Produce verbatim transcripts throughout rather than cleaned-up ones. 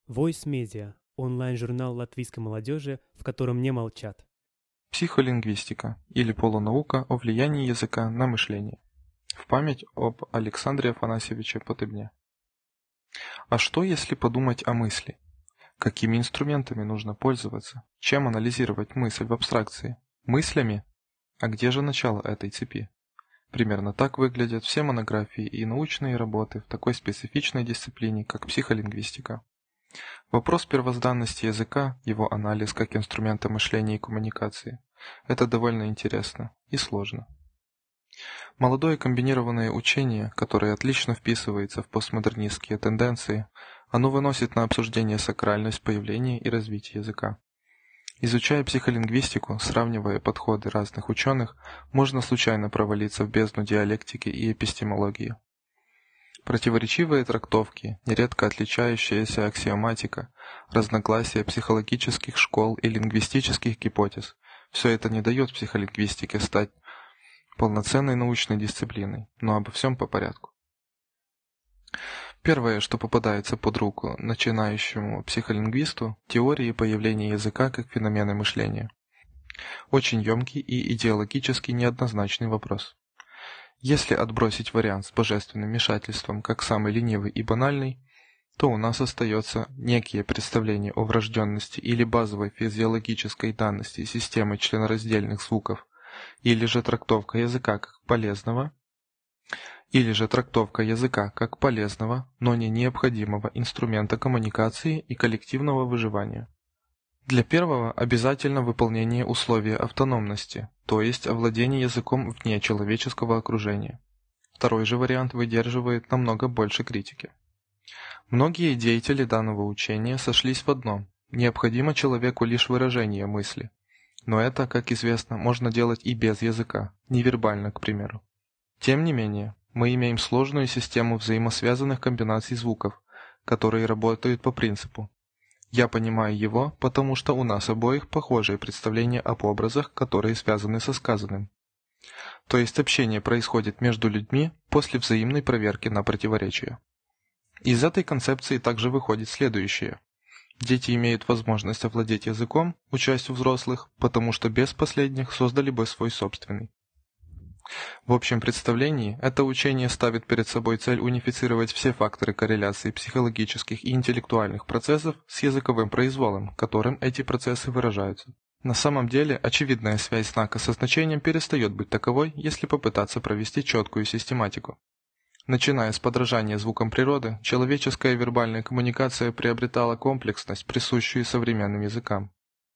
Voice Media – онлайн-журнал латвийской молодежи, в котором не молчат. Психолингвистика или полунаука о влиянии языка на мышление. В память об Александре Афанасьевиче Потебне. А что, если подумать о мысли? Какими инструментами нужно пользоваться? Чем анализировать мысль в абстракции? Мыслями? А где же начало этой цепи? Примерно так выглядят все монографии и научные работы в такой специфичной дисциплине, как психолингвистика. Вопрос первозданности языка, его анализ как инструмента мышления и коммуникации – это довольно интересно и сложно. Молодое комбинированное учение, которое отлично вписывается в постмодернистские тенденции, оно выносит на обсуждение сакральность появления и развития языка. Изучая психолингвистику, сравнивая подходы разных ученых, можно случайно провалиться в бездну диалектики и эпистемологии. Противоречивые трактовки, нередко отличающаяся аксиоматика, разногласия психологических школ и лингвистических гипотез – все это не дает психолингвистике стать полноценной научной дисциплиной, но обо всем по порядку. Первое, что попадается под руку начинающему психолингвисту – теории появления языка как феномена мышления. Очень емкий и идеологически неоднозначный вопрос. Если отбросить вариант с божественным вмешательством как самый ленивый и банальный, то у нас остается некие представления о врожденности или базовой физиологической данности системы членораздельных звуков, или же трактовка языка как полезного, или же трактовка языка как полезного, но не необходимого инструмента коммуникации и коллективного выживания. Для первого обязательно выполнение условия автономности, то есть овладение языком вне человеческого окружения. Второй же вариант выдерживает намного больше критики. Многие деятели данного учения сошлись в одном – необходимо человеку лишь выражение мысли. Но это, как известно, можно делать и без языка, невербально, к примеру. Тем не менее, мы имеем сложную систему взаимосвязанных комбинаций звуков, которые работают по принципу «я понимаю его, потому что у нас обоих похожие представления об образах, которые связаны со сказанным». То есть общение происходит между людьми после взаимной проверки на противоречия. Из этой концепции также выходит следующее. Дети имеют возможность овладеть языком, учась у взрослых, потому что без последних создали бы свой собственный. В общем представлении, это учение ставит перед собой цель унифицировать все факторы корреляции психологических и интеллектуальных процессов с языковым произволом, которым эти процессы выражаются. На самом деле, очевидная связь знака со значением перестает быть таковой, если попытаться провести четкую систематику. Начиная с подражания звукам природы, человеческая вербальная коммуникация приобретала комплексность, присущую современным языкам.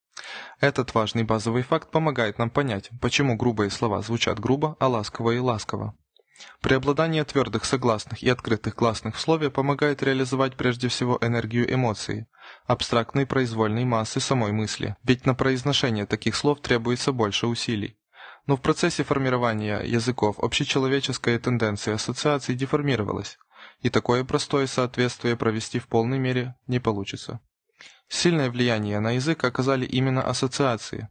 Этот важный базовый факт помогает нам понять, почему грубые слова звучат грубо, а ласково и ласково. Преобладание твердых согласных и открытых гласных в слове помогает реализовать прежде всего энергию эмоции, абстрактной произвольной массы самой мысли, ведь на произношение таких слов требуется больше усилий. Но в процессе формирования языков общечеловеческая тенденция ассоциаций деформировалась, и такое простое соответствие провести в полной мере не получится. Сильное влияние на язык оказали именно ассоциации.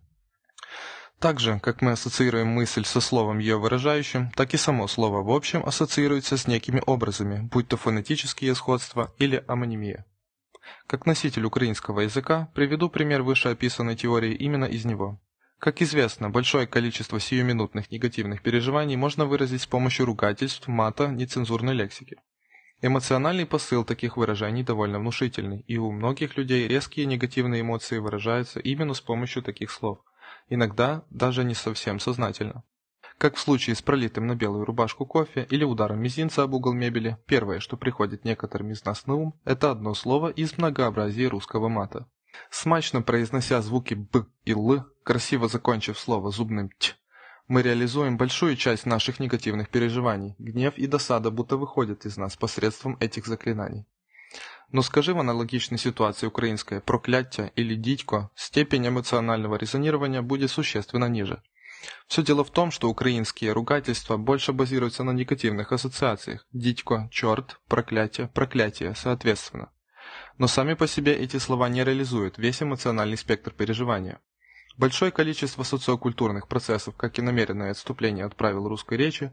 Так же, как мы ассоциируем мысль со словом ее выражающим, так и само слово в общем ассоциируется с некими образами, будь то фонетические сходства или амонимия. Как носитель украинского языка приведу пример вышеописанной теории именно из него. Как известно, большое количество сиюминутных негативных переживаний можно выразить с помощью ругательств, мата, нецензурной лексики. Эмоциональный посыл таких выражений довольно внушительный, и у многих людей резкие негативные эмоции выражаются именно с помощью таких слов, иногда даже не совсем сознательно. Как в случае с пролитым на белую рубашку кофе или ударом мизинца об угол мебели, первое, что приходит некоторым из нас на ум, это одно слово из многообразия русского мата. Смачно произнося звуки «б» и «л», красиво закончив слово зубным «т», мы реализуем большую часть наших негативных переживаний, гнев и досада будто выходят из нас посредством этих заклинаний. Но скажи в аналогичной ситуации украинское «прокляття» или «дідько», степень эмоционального резонирования будет существенно ниже. Все дело в том, что украинские ругательства больше базируются на негативных ассоциациях «дідько», «черт», «проклятие», «проклятие» соответственно. Но сами по себе эти слова не реализуют весь эмоциональный спектр переживания. Большое количество социокультурных процессов, как и намеренное отступление от правил русской речи,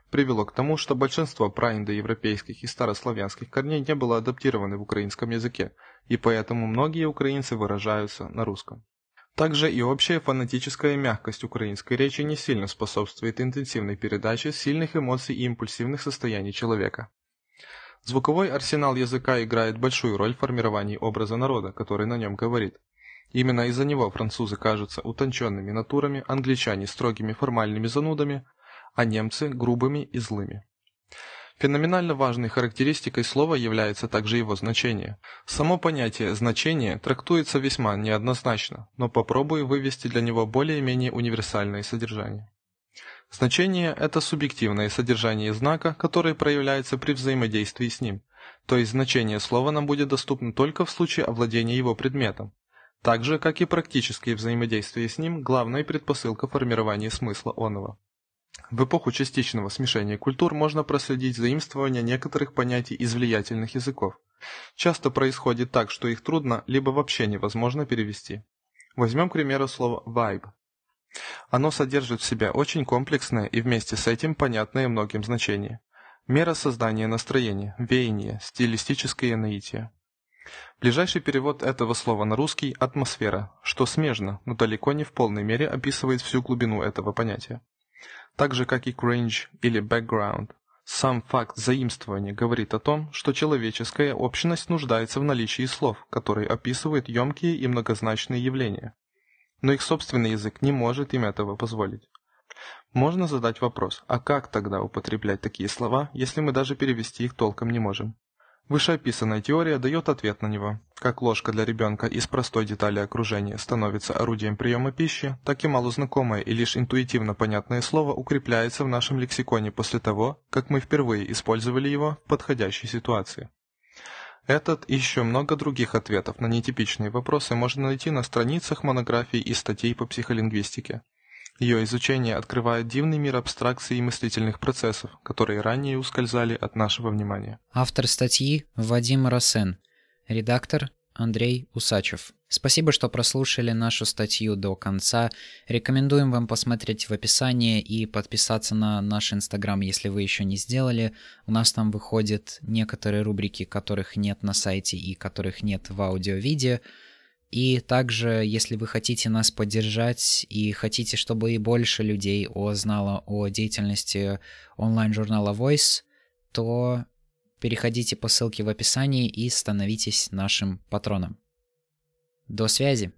привело к тому, что большинство праиндоевропейских и старославянских корней не было адаптированы в украинском языке, и поэтому многие украинцы выражаются на русском. Также и общая фонетическая мягкость украинской речи не сильно способствует интенсивной передаче сильных эмоций и импульсивных состояний человека. Звуковой арсенал языка играет большую роль в формировании образа народа, который на нем говорит. Именно из-за него французы кажутся утонченными натурами, англичане строгими формальными занудами, а немцы грубыми и злыми. Феноменально важной характеристикой слова является также его значение. Само понятие «значение» трактуется весьма неоднозначно, но попробую вывести для него более-менее универсальное содержание. Значение – это субъективное содержание знака, которое проявляется при взаимодействии с ним, то есть значение слова нам будет доступно только в случае овладения его предметом. Так же, как и практическое взаимодействие с ним – главная предпосылка формирования смысла оного. В эпоху частичного смешения культур можно проследить заимствование некоторых понятий из влиятельных языков. Часто происходит так, что их трудно, либо вообще невозможно перевести. Возьмем, к примеру, слово «vibe». Оно содержит в себе очень комплексное и вместе с этим понятное многим значение. Мера создания настроения, веяние, стилистическое наитие. Ближайший перевод этого слова на русский – атмосфера, что смежно, но далеко не в полной мере описывает всю глубину этого понятия. Так же, как и cringe или background, сам факт заимствования говорит о том, что человеческая общность нуждается в наличии слов, которые описывают емкие и многозначные явления. Но их собственный язык не может им этого позволить. Можно задать вопрос, а как тогда употреблять такие слова, если мы даже перевести их толком не можем? Вышеописанная теория дает ответ на него. Как ложка для ребенка из простой детали окружения становится орудием приема пищи, так и малознакомое и лишь интуитивно понятное слово укрепляется в нашем лексиконе после того, как мы впервые использовали его в подходящей ситуации. Этот и еще много других ответов на нетипичные вопросы можно найти на страницах монографий и статей по психолингвистике. Ее изучение открывает дивный мир абстракций и мыслительных процессов, которые ранее ускользали от нашего внимания. Автор статьи Вадим Росен, редактор Андрей Усачев. Спасибо, что прослушали нашу статью до конца. Рекомендуем вам посмотреть в описании и подписаться на наш Инстаграм, если вы еще не сделали. У нас там выходят некоторые рубрики, которых нет на сайте и которых нет в аудио-видео. И также, если вы хотите нас поддержать и хотите, чтобы и больше людей узнало о деятельности онлайн-журнала Voice, то переходите по ссылке в описании и становитесь нашим патроном. До связи!